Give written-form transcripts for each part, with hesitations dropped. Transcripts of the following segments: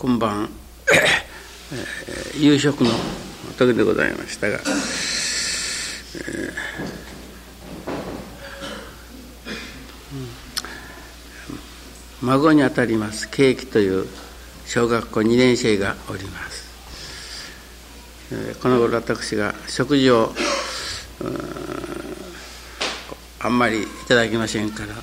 今晩夕食の時でございましたが、孫にあたります慶喜という小学校2年生がおります。この頃私が食事をあんまりいただきませんから、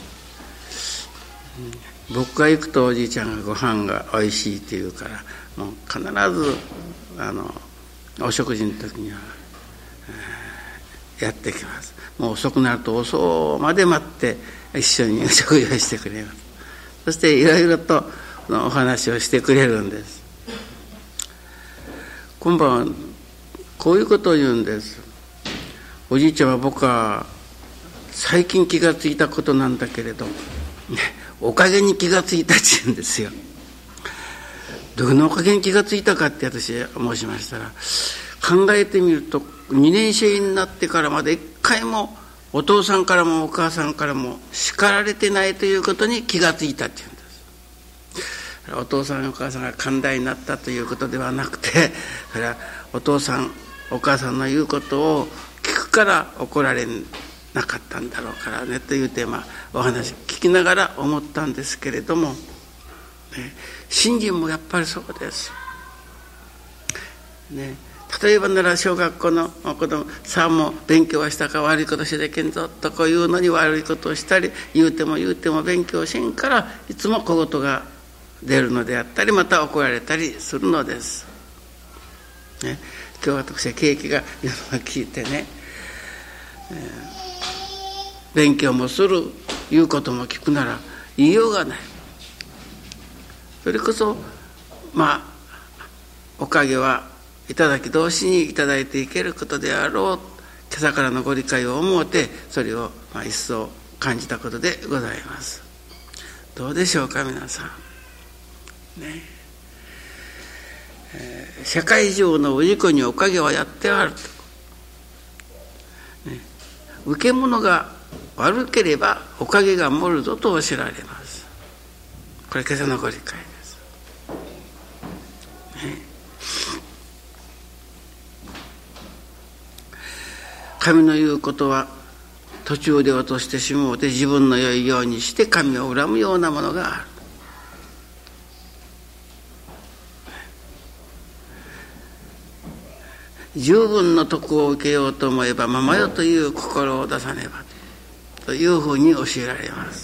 僕が行くとおじいちゃんがご飯がおいしいって言うから、もう必ずお食事の時にはやってきます。もう遅くなると遅まで待って一緒に食事をしてくれます。そしていろいろとお話をしてくれるんです。今晩はこういうことを言うんです。おじいちゃんは僕は最近気がついたことなんだけれど、おかげに気がついたって言うんですよ。どのおかげに気がついたかって私申しましたら、考えてみると2年生になってからまで一回もお父さんからもお母さんからも叱られてないということに気がついたって言うんです。お父さんお母さんが寛大になったということではなくて、それはお父さんお母さんの言うことを聞くから怒られなかったんだろうからねというテーマお話聞きながら思ったんですけれども、信心もやっぱりそうです、例えばなら小学校の子供さあも勉強はしたか悪いことしてでけんぞとこういうのに悪いことをしたり言うても勉強せんからいつも小言が出るのであったりまた怒られたりするのです、今日私は景気が言うのを聞いてね、勉強もする言うことも聞くなら言いようがない。それこそおかげはいただき同士にいただいていけることであろう、今朝からのご理解を思うてそれを一層感じたことでございます。どうでしょうか皆さん社会上の氏子におかげはやってあると、受け物が悪ければおかげが盛るぞとおっしゃられます。これ今朝のご理解です、神の言うことは途中で落としてしもうて自分の良いようにして神を恨むようなものがある。十分の徳を受けようと思えばままよという心を出さねばというふうに教えられます、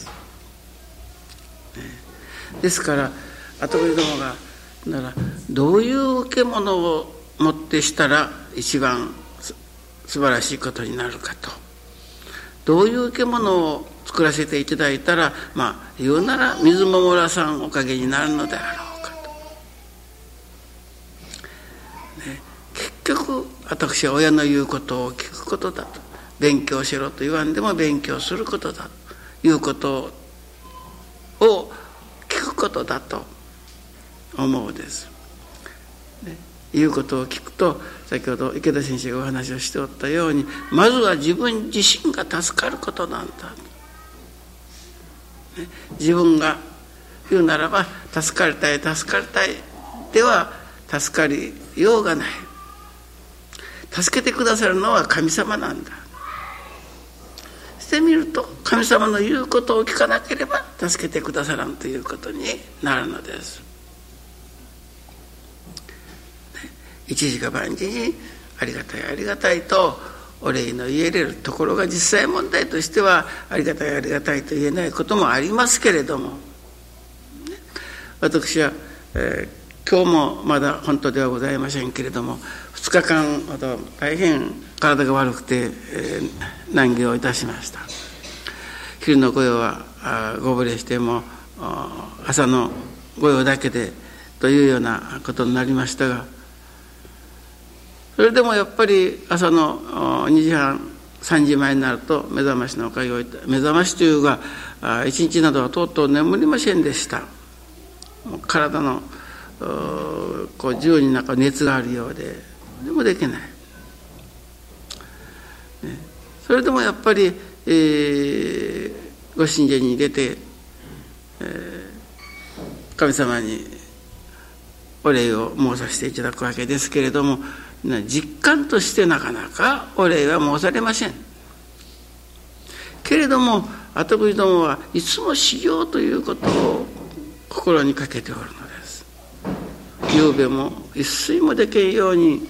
ですから後でどもがならどういう受け物をもってしたら一番素晴らしいことになるかと、どういう受け物を作らせていただいたら言うなら水もらさんおかげになるのであろうかと、結局私は親の言うことを聞くことだと、勉強しろと言わんでも勉強することだということを聞くことだと思うです、いうことを聞くと先ほど池田先生がお話をしておったように、まずは自分自身が助かることなんだ、自分が言うならば助かりたいでは助かりようがない。助けてくださるのは神様なんだ。してみると神様の言うことを聞かなければ助けてくださらんということになるのです。一時か万事にありがたいとお礼の言えれるところが実際問題としてはありがたいと言えないこともありますけれども、私は、今日もまだ本当ではございませんけれども2日間ほど大変体が悪くて、難儀をいたしました。昼の御用はご無礼しても朝の御用だけでというようなことになりましたが、それでもやっぱり朝の2時半3時前になると目覚ましのおかげを目覚ましというが一日などはとうとう眠りませんでした。もう体の銃に中熱があるようででもできない、それでもやっぱり、ご神前に出て、神様にお礼を申させていただくわけですけれども、実感としてなかなかお礼は申されませんけれども、私どもはいつも修行ということを心にかけておるのです。昨べも一睡もできんように、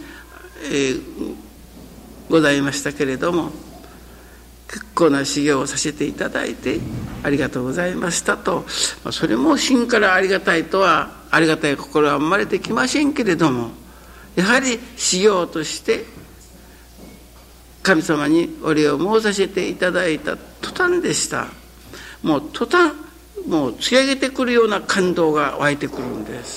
ございましたけれども、結構な修行をさせていただいてありがとうございましたと、それも心からありがたいとは、ありがたい心は生まれてきませんけれども、やはり修行として神様にお礼を申させていただいた途端でした。もう途端、もう突き上げてくるような感動が湧いてくるんです。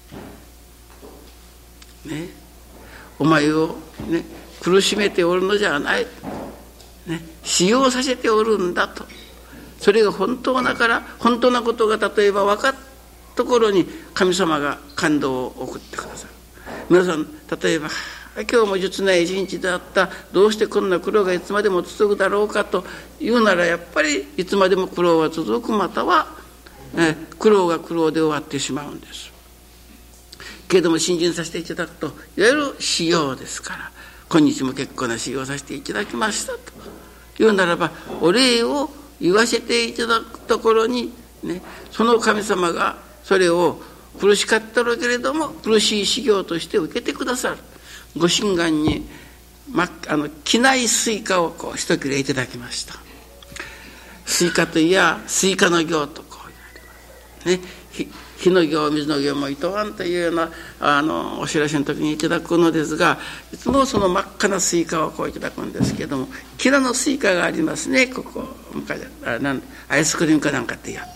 ね、お前をね苦しめておるのじゃない。ね、使用させておるんだと。それが本当だから、本当なことが例えば分かったところに神様が感動を送ってくださる。皆さん、例えば今日も術ない一日であった、どうしてこんな苦労がいつまでも続くだろうかというなら、やっぱりいつまでも苦労は続く、または、苦労が苦労で終わってしまうんです。けれども信心させていただくと、いわゆる修行ですから、今日も結構な修行をさせていただきましたというならば、お礼を言わせていただくところに、ね、その神様がそれを苦しかったろうけれども苦しい修行として受けてくださる。ご心願に、機内スイカをこう一切れいただきました。スイカといやスイカの行とこう言われます、ね、火の行水の行もいとわんというようなお知らせの時にいただくのですが、いつもその真っ赤なスイカをこういただくんですけども、キラのスイカがありますね。ここ昔アイスクリームかなんかってやった、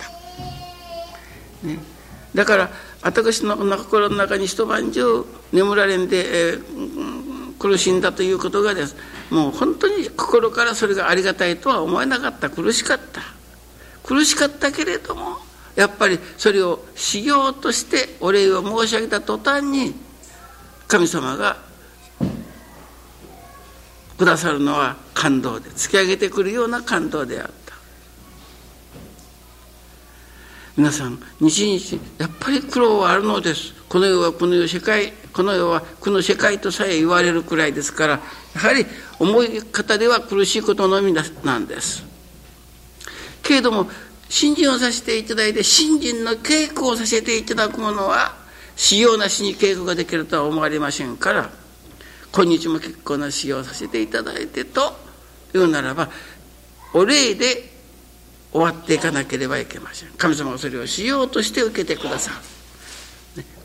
ね、だから私の心の中に一晩中眠られんで、苦しんだということがです、もう本当に心からそれがありがたいとは思えなかった。苦しかったけれども、やっぱりそれを修行としてお礼を申し上げた途端に、神様がくださるのは感動で、突き上げてくるような感動であった。皆さん、日々やっぱり苦労はあるのです。この世はこの世世界、この世はこの世界とさえ言われるくらいですから、やはり思い方では苦しいことのみなんです。けれども信心をさせていただいて、信心の稽古をさせていただくものは修行なしに稽古ができるとは思われませんから、今日も結構な修行をさせていただいてというならば、お礼で終わっていかなければいけません。神様はそれを修行として受けてくださる、ね、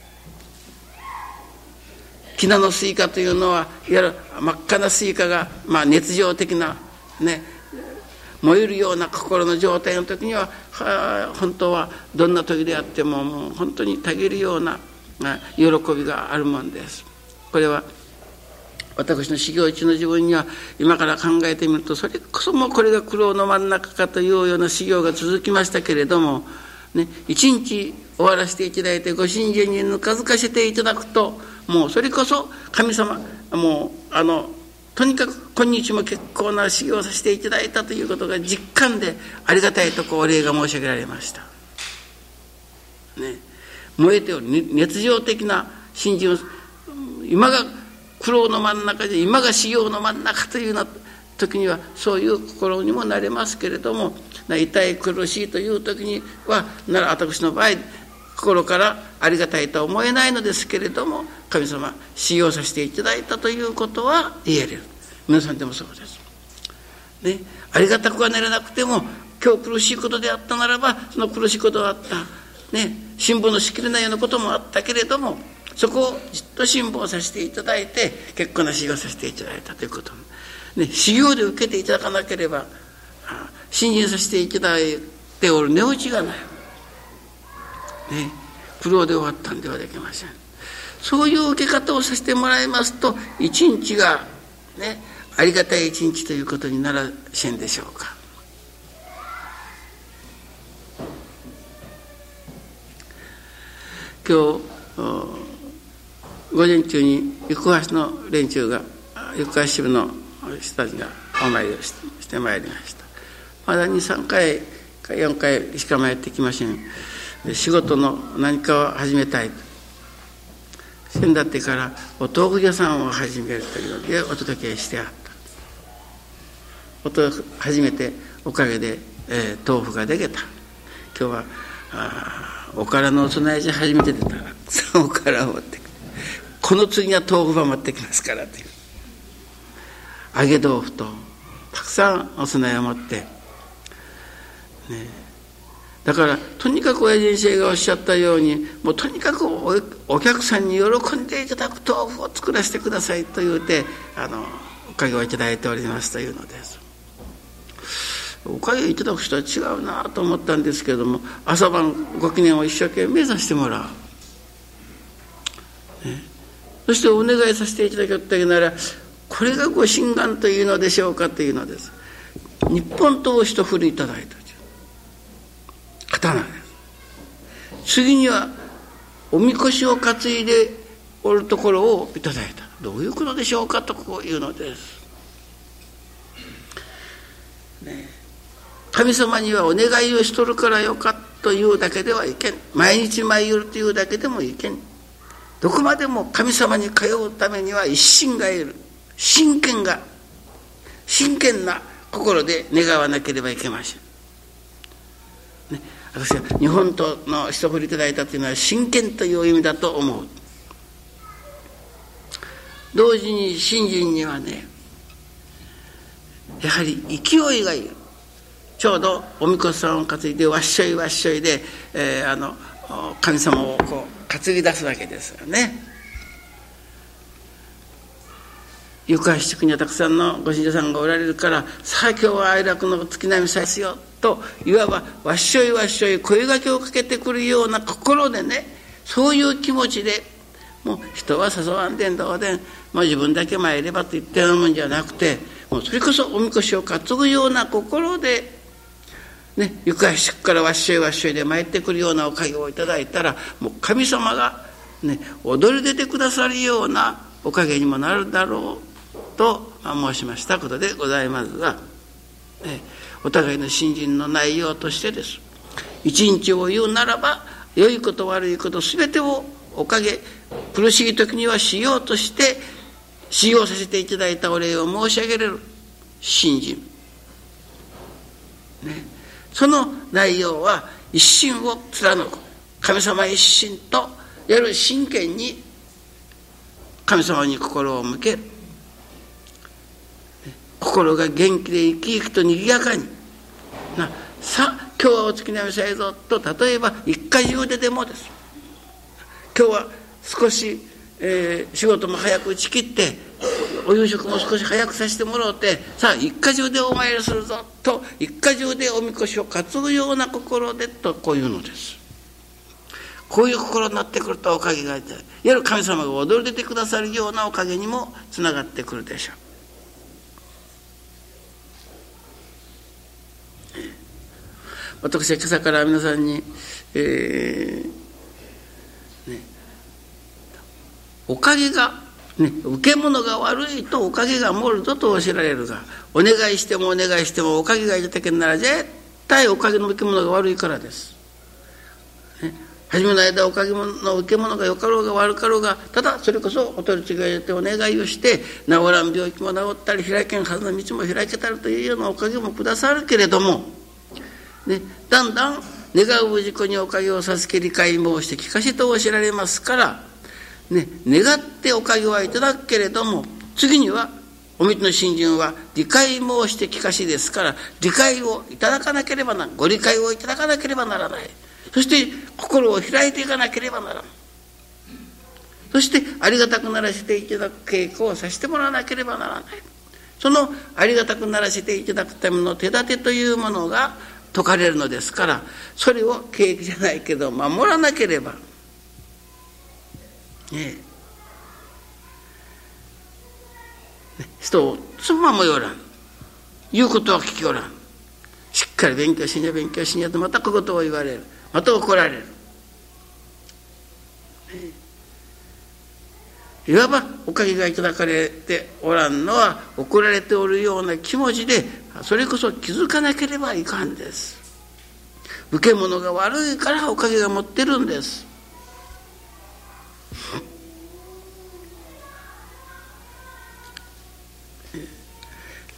きなのスイカというのは、いわゆる真っ赤なスイカが、熱情的なね、燃えるような心の状態の時には、本当はどんな時であっても、もう本当にたぎるような喜びがあるもんです。これは私の修行中の自分には、今から考えてみると、それこそもうこれが苦労の真ん中かというような修行が続きましたけれども、ね、一日終わらせていただいてご信心にぬかずかせていただくと、もうそれこそ神様、もうとにかく今日も結構な修行をさせていただいたということが実感で、ありがたいとお礼が申し上げられました、ね、燃えておる熱情的な信心を、今が苦労の真ん中で、今が修行の真ん中というような時にはそういう心にもなれますけれども、痛い苦しいという時には私の場合心からありがたいとは思えないのですけれども、神様修行させていただいたということは言える。皆さんでもそうです、ね、ありがたくはなれなくても、今日苦しいことであったならば、その苦しいことがあった、ね、辛抱のしきれないようなこともあったけれども、そこをじっと辛抱させていただいて、結構な修行させていただいたということ、ね、修行で受けていただかなければ、信心させていただいておる値打ちがない、ね、苦労で終わったんではできません。そういう受け方をさせてもらいますと、一日が、ね、ありがたい一日ということにならせんでしょうか。今日午前中に行橋の連中が、行橋支部の人たちがお参りをしてまいりました。まだ 2,3 回か4回しか参ってきません。仕事の何かを始めたい、 先だってからお豆腐屋さんを始めるというのでお届けしてあった。初めておかげで、豆腐ができた。今日はおからのお供えじゃ初めて出たらおからを持ってくる。この次は豆腐は持ってきますからという揚げ豆腐とたくさんお供えを持って、だからとにかく親父先生がおっしゃったように、もうとにかく お客さんに喜んでいただく豆腐を作らせてくださいと言うておかげをいただいておりますというのです。おかげいただく人は違うなと思ったんですけれども、朝晩ご記念を一生懸命させてもらう、そしてお願いさせていただきたいなら、これがご心願というのでしょうかというのです。日本刀を一振りいただいた刀です。次にはおみこしを担いでおるところをいただいた。どういうことでしょうかとこういうのです、神様にはお願いをしとるからよかというだけではいけん。毎日参るというだけでもいけん。どこまでも神様に通うためには一心がいる。真剣な心で願わなければいけません、私は日本刀の一振りいただいたというのは真剣という意味だと思う。同時に信心にはね、やはり勢いがいる。ちょうどおみこさんを担いでわっしょいわっしょいで、神様をこう担ぎ出すわけですよね。行橋地区にはたくさんのご信者さんがおられるから、さあ今日は哀楽の月並みさですよと、いわばわっしょいわっしょい声掛けをかけてくるような心でね、そういう気持ちで、もう人は誘わんでんどうでん、もう自分だけ参ればと言ってるもんじゃなくて、もうそれこそおみこしを担ぐような心で行橋地区からわっしょいわっしょいで参ってくるようなおかげをいただいたら、もう神様が踊り出てくださるようなおかげにもなるだろうと申しましたことでございますが、お互いの信心の内容としてです。一日を言うならば、良いこと悪いこと全てをおかげ、苦しい時にはしようとして使用させていただいたお礼を申し上げれる信心、その内容は一心を貫く、神様一心とやる真剣に神様に心を向ける、心が元気で生き生きと賑やかにさあ今日はお月並みさえぞと、例えば一家中でもです。今日は少し、仕事も早く打ち切ってお夕食も少し早くさせてもらおうて、さあ一家中でお参りするぞと、一家中でおみこしを担ぐような心でと、こういうのです。こういう心になってくると、おかげがいわゆる神様が踊り出てくださるようなおかげにもつながってくるでしょう。私は今朝から皆さんに、おかげが、受け物が悪いとおかげが漏るぞと教えられるが、お願いしてもお願いしてもおかげがいただけんなら絶対おかげの受け物が悪いからです。初めの間おかげの受け物がよかろうが悪かろうが、ただそれこそお取り次ぎを入れてお願いをして、治らん病気も治ったり開けんはずの道も開けたるというようなおかげもくださるけれども、だんだん願う事故におかげを授け理解申して聞かしと教えられますから、願っておかげはいただくけれども、次にはおみつの信心は理解申して聞かしですから、理解をいただかなければならない、ご理解をいただかなければならない、そして心を開いていかなければならない、そしてありがたくならせていただく稽古をさせてもらわなければならない。そのありがたくならせていただくための手立てというものが説かれるのですから、それを景気じゃないけど守らなければ、人をつまもよらん、言うことは聞きよらん、しっかり勉強しにゃ勉強しにゃとまた小言を言われる、また怒られる、いわばおかげがいただかれておらんのは怒られておるような気持ちで、それこそ気づかなければいかんです。受け物が悪いからおかげが持ってるんです。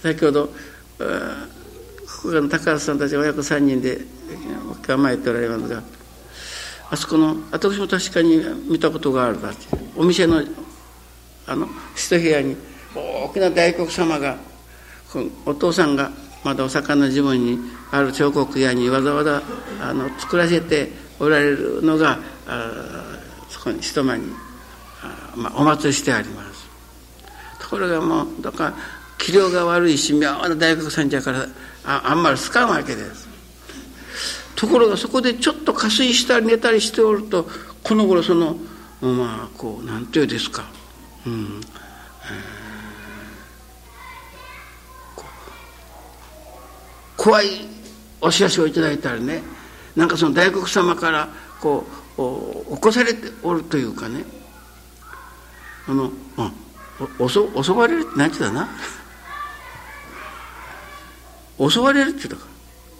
先ほどここの高橋さんたち親子3人で構えておられますが、あそこの私も確かに見たことがあるなって、お店の一部屋に大きな大黒様が、お父さんがまだお魚自分にある彫刻屋にわざわざ作らせておられるのがそこに一間にお祭りしてあります。ところがもうだから器量が悪いし妙な大黒さんじゃからあんまり好かんわけです。ところがそこでちょっと仮睡したり寝たりしておると、この頃こうなんていうんですか、怖いお知らせをいただいたりね、なんかその大黒様からこう起こされておるというかね、襲われるって何て言ったな襲われるって言ったか、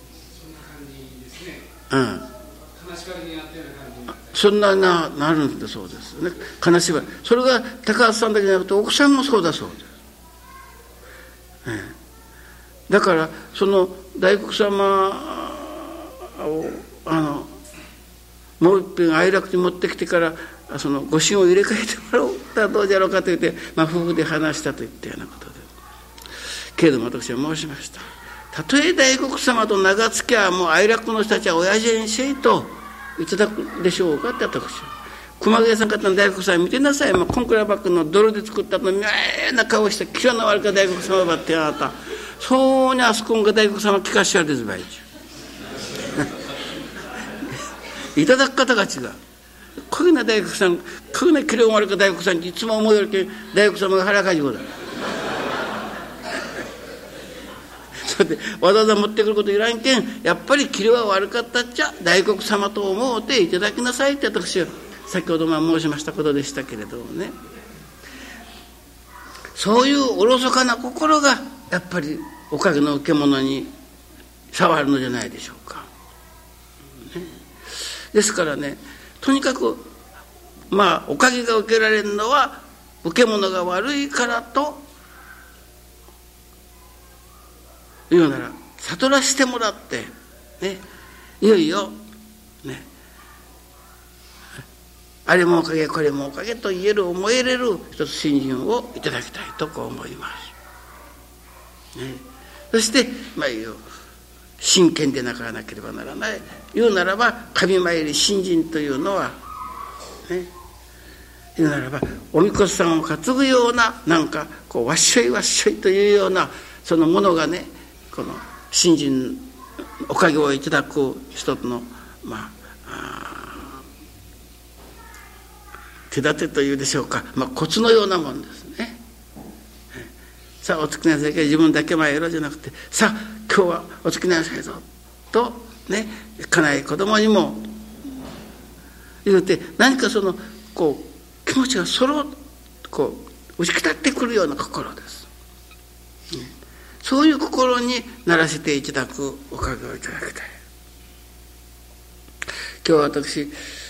そんななるんだそうですね。金縛り、それが高橋さんだけじゃなくて奥さんもそうだそうです。だからその大黒様をもう一遍哀楽に持ってきてからそのご神を入れ替えてもらおうたらどうじゃろうかと言って、夫婦で話したといったようなことで、けれども私は申しました。たとえ大黒様と名が付きゃもう哀楽の人たちは親父にせいといただくでしょうかって私は。熊毛さん方の大黒様見てなさい。コンクラバッグの泥で作ったの妙な顔した気性の悪か大黒様ばってあなた。そうにあそこが大黒様聞かしちゃうですばいいただく方が違う。こういうな大黒さん、こういうな器量悪か大黒さんっていつも思いよるけ大黒様が腹かじごだ。それでわざわざ持ってくることいらんけん、やっぱり器量は悪かったっちゃ大黒様と思うていただきなさいって私は先ほど申しましたことでしたけれどもね、そういうおろそかな心がやっぱりおかげの受け物に触るのじゃないでしょうか、ですからね、とにかくおかげが受けられるのは受け物が悪いからというなら悟らせてもらってね、いよいよね、あれもおかげこれもおかげと言える思えれる一つ信心をいただきたいとこう思います、そして真剣でなからなければならない。言うならば神参り信心というのは、言うならばおみこさんを担ぐようなわっしょいわっしょいというようなそのものがね、この信心おかげをいただく一つの手立てというでしょうか、コツのようなもんですね。さあお付きなさいけど自分だけ参ろうじゃなくて、さあ今日はお付きなさいぞとね、家内子供にも言うて、何かその気持ちが打ち立ってくるような心です、そういう心にならせていただくおかげをいただきたい。今日私、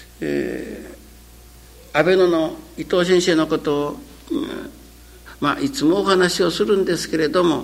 安倍野の伊藤先生のことを、いつもお話をするんですけれども、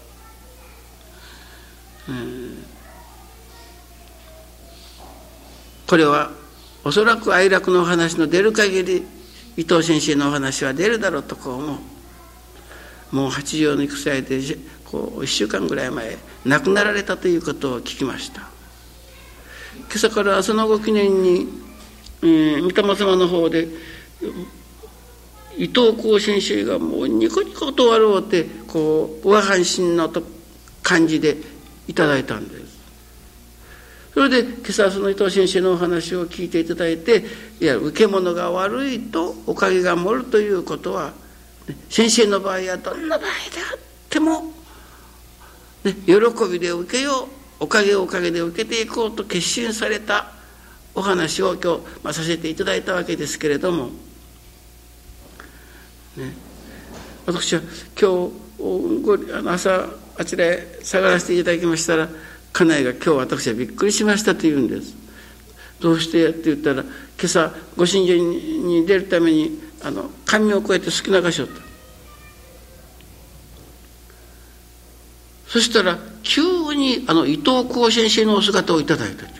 これはおそらく哀楽のお話の出る限り伊藤先生のお話は出るだろうとこう思う。もう80の歳で1週間ぐらい前亡くなられたということを聞きました。今朝からそのご記念に、御霊様の方で伊藤光先生がもうニコニコと笑うて上半身の感じでいただいたんです。それで今朝その伊藤先生のお話を聞いていただいて、いや受け物が悪いとおかげが盛るということは、先生の場合はどんな場合であっても、喜びで受けよう、おかげで受けていこうと決心されたお話を今日、させていただいたわけですけれども、私は今日朝あちらへ下がらせていただきましたら、家内が今日私はびっくりしましたと言うんです。どうしてって言ったら、今朝ご神前に出るために紙をこうやって好きな箇所とそしたら急に伊藤光先生のお姿をいただいた。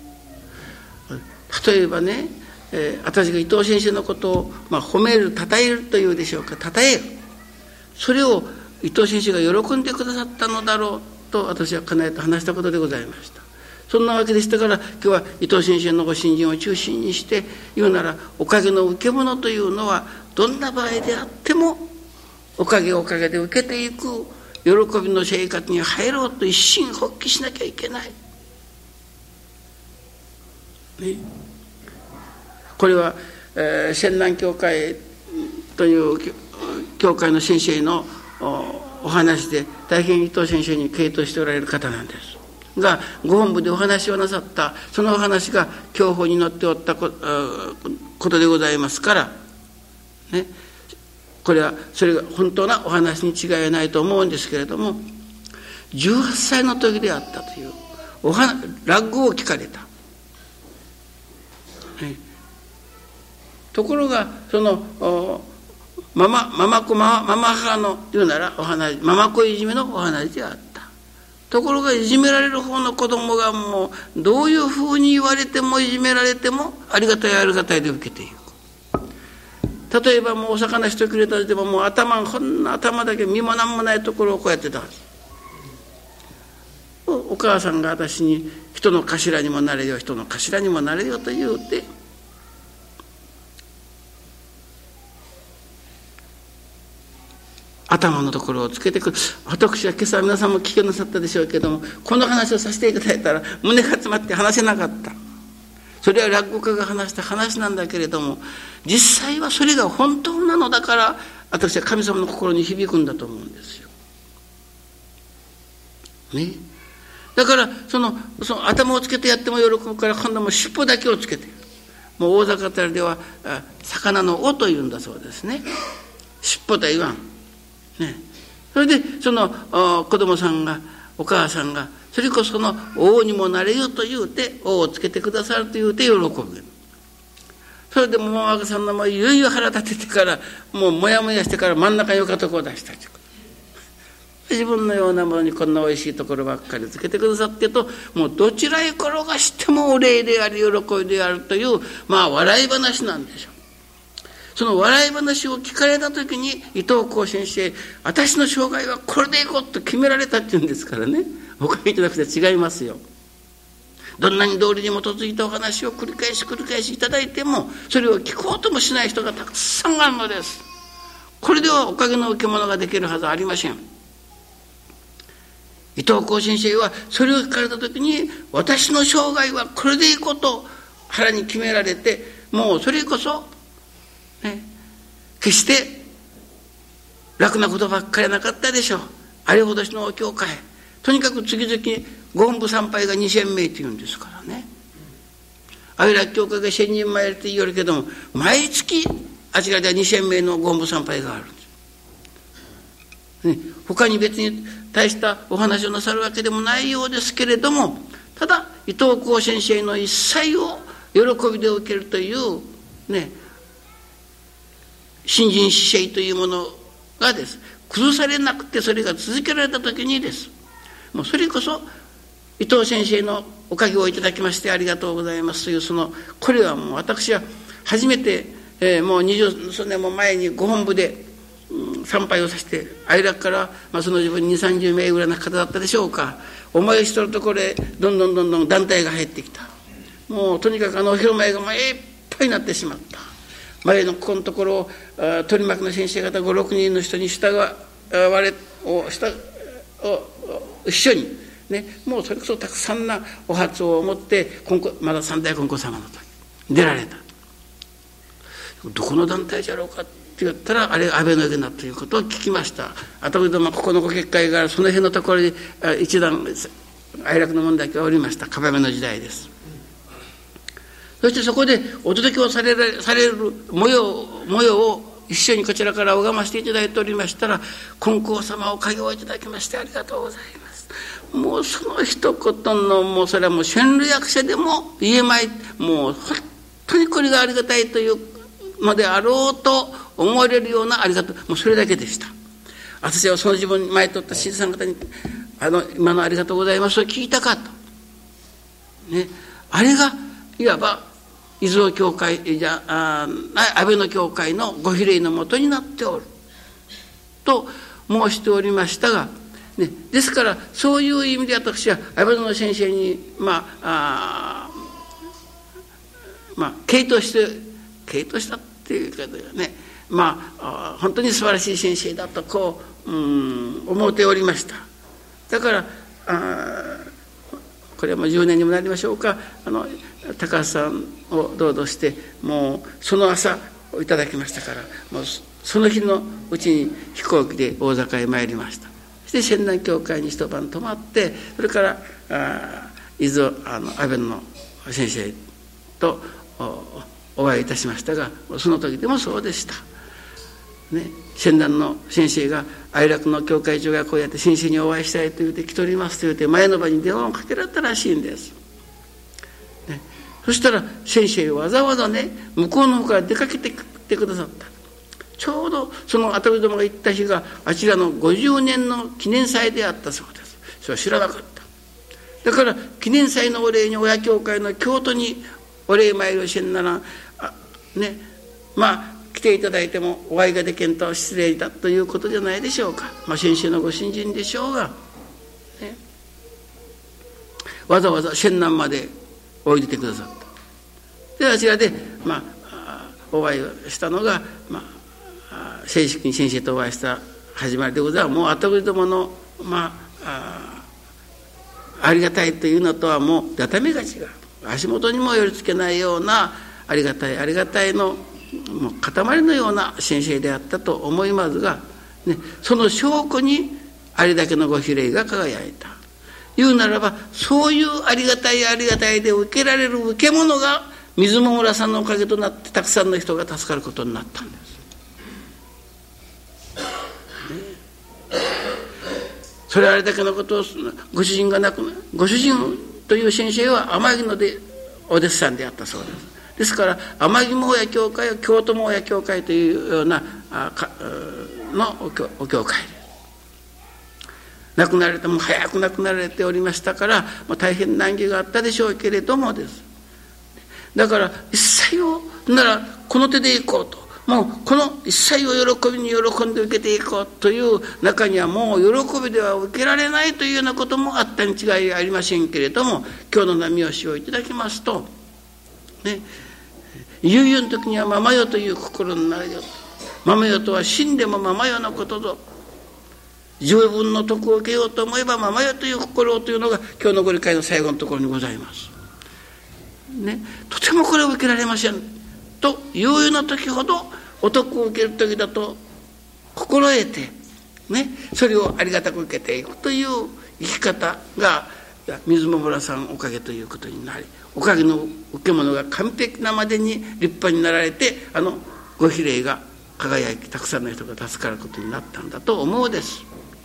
例えばね、私が伊藤先生のことを、褒める、称えるというでしょうか、称える、それを伊藤先生が喜んでくださったのだろうと私は家内と話したことでございました。そんなわけでしたから、今日は伊藤先生のご信心を中心にして言うなら、おかげの受け物というのはどんな場合であってもおかげで受けていく喜びの生活に入ろうと一心発起しなきゃいけない、ね、これは、仙南教会という教会の先生のお話で、大変伊藤先生に傾倒しておられる方なんですが、ご本部でお話をなさったそのお話が教法に載っておったことでございますから、ね、これはそれが本当なお話に違いはないと思うんですけれども、18歳の時であったという落語を聞かれた、ね、ところがそのママ母の言うならお話、ママ子いじめのお話であった。ところがいじめられる方の子供がもうどういうふうに言われてもいじめられてもありがたいで受けていく。例えばもうお魚一切れたでももうこんな頭だけ身もなんもないところをこうやってたはず。お母さんが私に人の頭にもなれよと言うて、頭のところをつけてくる。私は今朝皆さんも聞きなさったでしょうけども、この話をさせていただいたら胸が詰まって話せなかった。それは落語家が話した話なんだけれども、実際はそれが本当なのだから、私は神様の心に響くんだと思うんですよ。ね。だからその頭をつけてやっても喜ぶから、今度はもう尻尾だけをつけて、もう大阪辺りでは魚の尾というんだそうですね。尻尾とは言わん。ね、それでその子供さんが、お母さんがそれこその王にもなれよと言うて王をつけてくださると言うて喜ぶ。それでもママさんのもいよいよ腹立ててから、もうもやもやしてから真ん中よかとこを出した。自分のようなものにこんなおいしいところばっかりつけてくださってと、もうどちらへ転がしてもお礼であり喜びであるという、笑い話なんでしょう。その笑い話を聞かれた時に伊藤光先生、私の生涯はこれでいこうと決められたっていうんですからね。おかげじゃなくて違いますよ。どんなに道理に基づいたお話を繰り返しいただいても、それを聞こうともしない人がたくさんあるのです。これではおかげの受け物ができるはずありません。伊藤光先生はそれを聞かれた時に、私の生涯はこれでいこうと腹に決められて、もうそれこそね、決して楽なことばっかりなかったでしょう。あれほどしのお教会、とにかく次々ご本部参拝が2000名というんですからね。愛楽教会が1000人前って言うけども、毎月あちらでは2000名のご本部参拝があるんです、ね、他に別に大したお話をなさるわけでもないようですけれども、ただ伊藤光先生の一切を喜びで受けるというね、信心姿勢というものがです、崩されなくてそれが続けられた時にです、もうそれこそ伊藤先生のおかげをいただきましてありがとうございますという、これはもう私は初めて、もう20数年も前にご本部で、参拝をさせて、愛楽から、その自分に2、30名ぐらいの方だったでしょうか、思いしとるところへどんどん団体が入ってきた。もうとにかくお披露目がいっぱいになってしまった。前のここのところを取り巻きの先生方5、6人の人に従われを一緒にね、もうそれこそたくさんなお初を持ってまだ三代金光様の時出られた。どこの団体じゃろうかって言ったら、あれ安倍の家だということを聞きました。あとここのご結界がその辺のところに一段愛楽の門だけはおりました。壁目の時代です。そしてそこでお届けをされる模様を一緒にこちらから拝ませていただいておりましたら、金光様おかげをいただきましてありがとうございます。もうその一言の、もうそれはもう宣礼役者でも言えまい、もう本当にこれがありがたいというのであろうと思われるようなありがとう、もうそれだけでした。私はその自分に前とった信者さん方に今のありがとうございますを聞いたかと、ね、あれがいわば伊豆教会安倍の教会のご比例のもとになっておると申しておりましたが、ね、ですからそういう意味で私は安倍野先生に傾倒したっていうかね、本当に素晴らしい先生だとこう、思っておりました。だからこれはもう10年にもなりましょうか、高橋さんをどうぞしてもうその朝をいただきましたから、もうその日のうちに飛行機で大阪へ参りました。そして仙南教会に一晩泊まって、それから伊豆安倍の先生とお会いいたしましたが、その時でもそうでした、ね、仙南の先生が愛楽の教会長がこうやって先生にお会いしたいと言って来ておりますと言って前の場に電話をかけられたらしいんです、ね、そしたら先生わざわざね向こうの方から出かけてきてくださった。ちょうどその後どもが行った日があちらの50年の記念祭であったそうです。それは知らなかった。だから記念祭のお礼に親教会の京都にお礼参りをしてんならね、来ていただいてもお会いができんと失礼だということじゃないでしょうか。先生のご信心でしょうが、ね、わざわざ仙南までおいでてくださった。であちらでお会いをしたのが正式に先生とお会いした始まりでございます。もう後どものありがたいというのとはもうだめが違う。足元にも寄りつけないようなありがたいのもう塊のような先生であったと思いますが、ね、その証拠にあれだけのご比例が輝いた。言うならばそういうありがたいで受けられる受け物が水間村さんのおかげとなってたくさんの人が助かることになったんです、ね、それあれだけのことをご主人という先生は天城野でお弟子さんであったそうです。ですから天城親教会は京都親教会というようなのお教会です。亡くなられても早く亡くなられておりましたから、大変難儀があったでしょうけれどもです。だから一切をならこの手でいこうと、もうこの一切を喜びに喜んで受けていこうという中にはもう喜びでは受けられないというようなこともあったに違いありませんけれども、今日の波押しをいただきますとね、悠々の時にはママよという心になるよ。ママよとは死んでもママよのことぞ。十分の徳を受けようと思えばママよという心をというのが今日のご理解の最後のところにございます、ね、とてもこれを受けられませんというような時ほどお徳を受ける時だと心得て、ね、それをありがたく受けていくという生き方が水間村さんおかげということになり、おかげの受け物が完璧なまでに立派になられてご比例が輝きたくさんの人が助かることになったんだと思うです、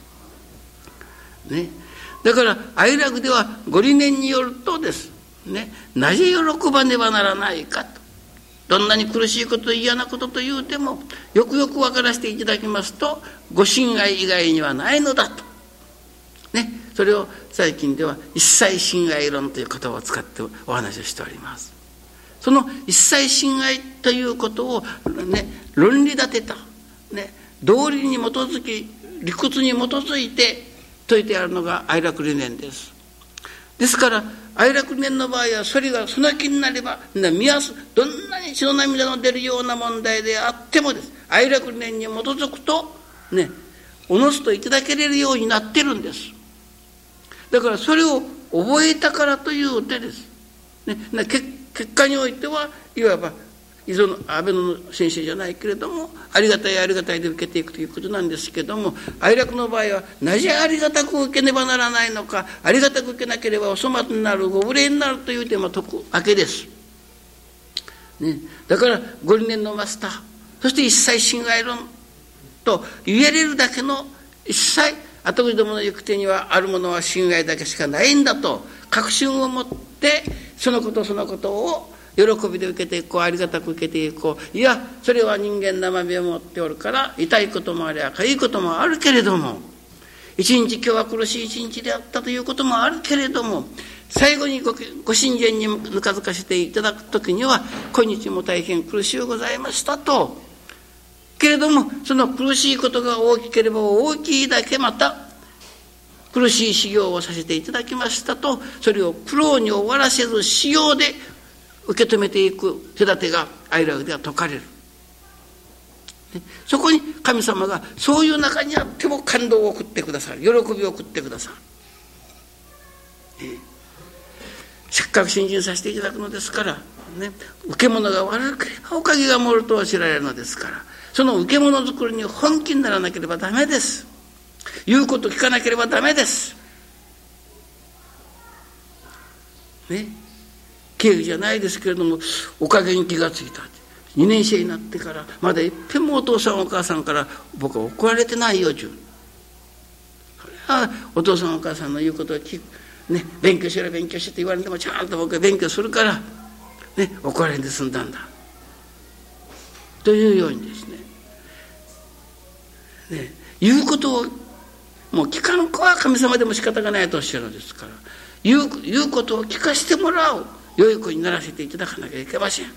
ね、だから愛楽ではご理念によるとです、ね、なぜ喜ばねばならないかと、どんなに苦しいこと嫌なことと言うてもよくよく分からせていただきますとご親愛以外にはないのだと、ね、それを最近では一切親愛論という言葉を使ってお話をしております。その一切親愛ということを、ね、論理立てた、ね、道理に基づき理屈に基づいて説いてあるのが愛楽理念です。ですから愛楽理念の場合はそれがその気になればどんなに血の涙の出るような問題であってもです、愛楽理念に基づくとねおのずといただけれるようになってるんです。だからそれを覚えたからという手です、ね、結果においてはいわば安倍の先生じゃないけれどもありがたいで受けていくということなんですけども、愛楽の場合はなぜありがたく受けねばならないのか、ありがたく受けなければお粗末になるご無礼になるという点を説くわけです、ね、だからご理念のマスター、そして一切親愛論と言えれるだけの一切後口どもの行く手にはあるものは親愛だけしかないんだと確信を持ってそのことを喜びで受けていこう、ありがたく受けていこう。いやそれは人間生身を持っておるから痛いこともありゃかいいこともあるけれども、 一日今日は苦しい一日であったということもあるけれども、最後にご神前にぬかづかせていただくときには、今日も大変苦しゅうございましたと。けれどもその苦しいことが大きければ大きいだけまた苦しい修行をさせていただきましたと、それを苦労に終わらせず修行で受け止めていく手立てが愛楽では説かれる。そこに神様がそういう中にあっても感動を送ってくださる、喜びを送ってくださる。せっかく信心させていただくのですから、受け物が悪ければおかげがもろと知られるのですから、その受け物作りに本気にならなければダメです。言うこと聞かなければダメです。経費じゃないですけれども、おかげに気がついた。2年生になってからまだいっぺんもお父さんお母さんから僕は怒られてないよ。それはお父さんお母さんの言うことを聞く、勉強しろ勉強しろと言われてもちゃんと僕は勉強するから、怒られんで済んだんだというようにですね、言うことをもう聞かん子は神様でも仕方がないとおっしゃるのですから、言うことを聞かせてもらおう、良い子にならせていただかなきゃいけません。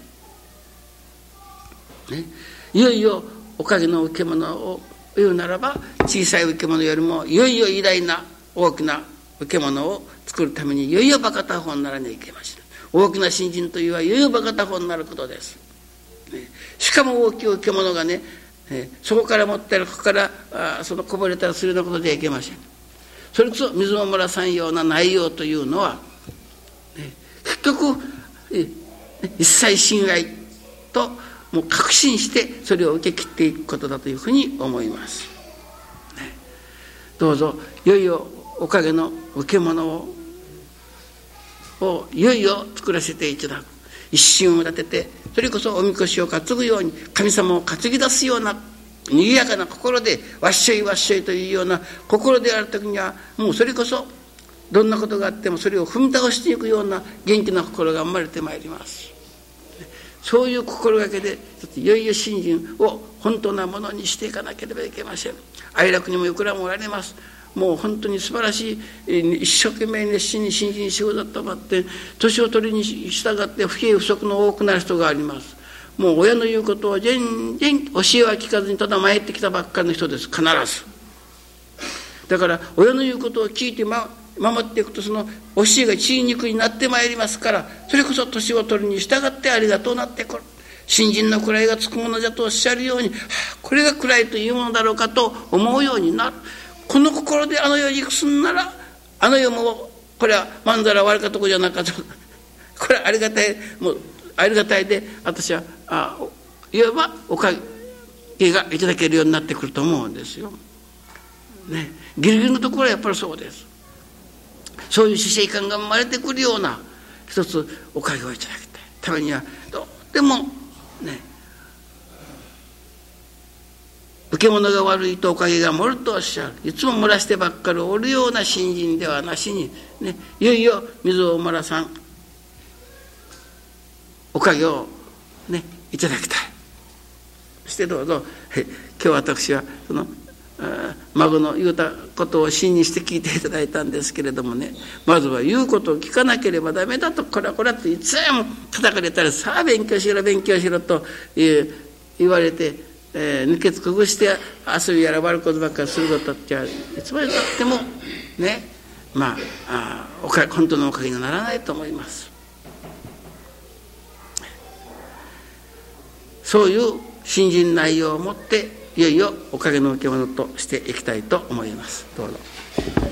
いよいよおかげの受け物を言うならば、小さい受け物よりもいよいよ偉大な大きな受け物を作るためにいよいよバカ他方にならなきゃいけません。大きな信心というのはいよいよバカ他方になることです。しかも大きい受け物がそこから持ってる、ここからそのこぼれたらするようなことではいけません。それこそ水を漏らさんような内容というのは、結局一切信頼ともう確信してそれを受け切っていくことだというふうに思います。どうぞいよいよおかげの受け物をいよいよ作らせていただく。一心を立てて、それこそおみこしを担ぐように神様を担ぎ出すような賑やかな心で、わっしょいわっしょいというような心であるときには、もうそれこそどんなことがあってもそれを踏み倒していくような元気な心が生まれてまいります。そういう心がけでいよいよ信心を本当なものにしていかなければいけません。愛楽にもいくらもおられます。もう本当に素晴らしい、一生懸命熱心に信心仕事だと思って年を取りに従って不平不足の多くなる人があります。もう親の言うことを全然教えは聞かずにただ参ってきたばっかりの人です。必ず。だから親の言うことを聞いて守っていくと、その教えが血肉になってまいりますから、それこそ年を取りに従ってありがとうなってくる。信心の位がつくものじゃとおっしゃるように、これが位というものだろうかと思うようになる。この心であの世に行くすんなら、あの世もこれはまんざら悪かとこじゃなかった。これはありがたい、もうありがたいで、私はいわばおかげがいただけるようになってくると思うんですよ。ギリギリのところはやっぱりそうです。そういう死生観が生まれてくるような一つおかげをいただきたいためには、どうでも受け物が悪いとおかげが盛るとおっしゃる。いつも漏らしてばっかりおるような信心ではなしに、いよいよ水を漏らさんおかげをいただきたい。そしてどうぞ今日私はその孫の言うたことを真にして聞いていただいたんですけれどもまずは言うことを聞かなければダメだと、こらこらといつも叩かれたら、さあ勉強しろ勉強しろと言われて、抜けつくぐして遊びやら悪いことばっかりすることっていつまでたっても本当のおかげにならないと思います。そういう信心内容を持っていよいよおかげの受け物としていきたいと思います。どうぞ。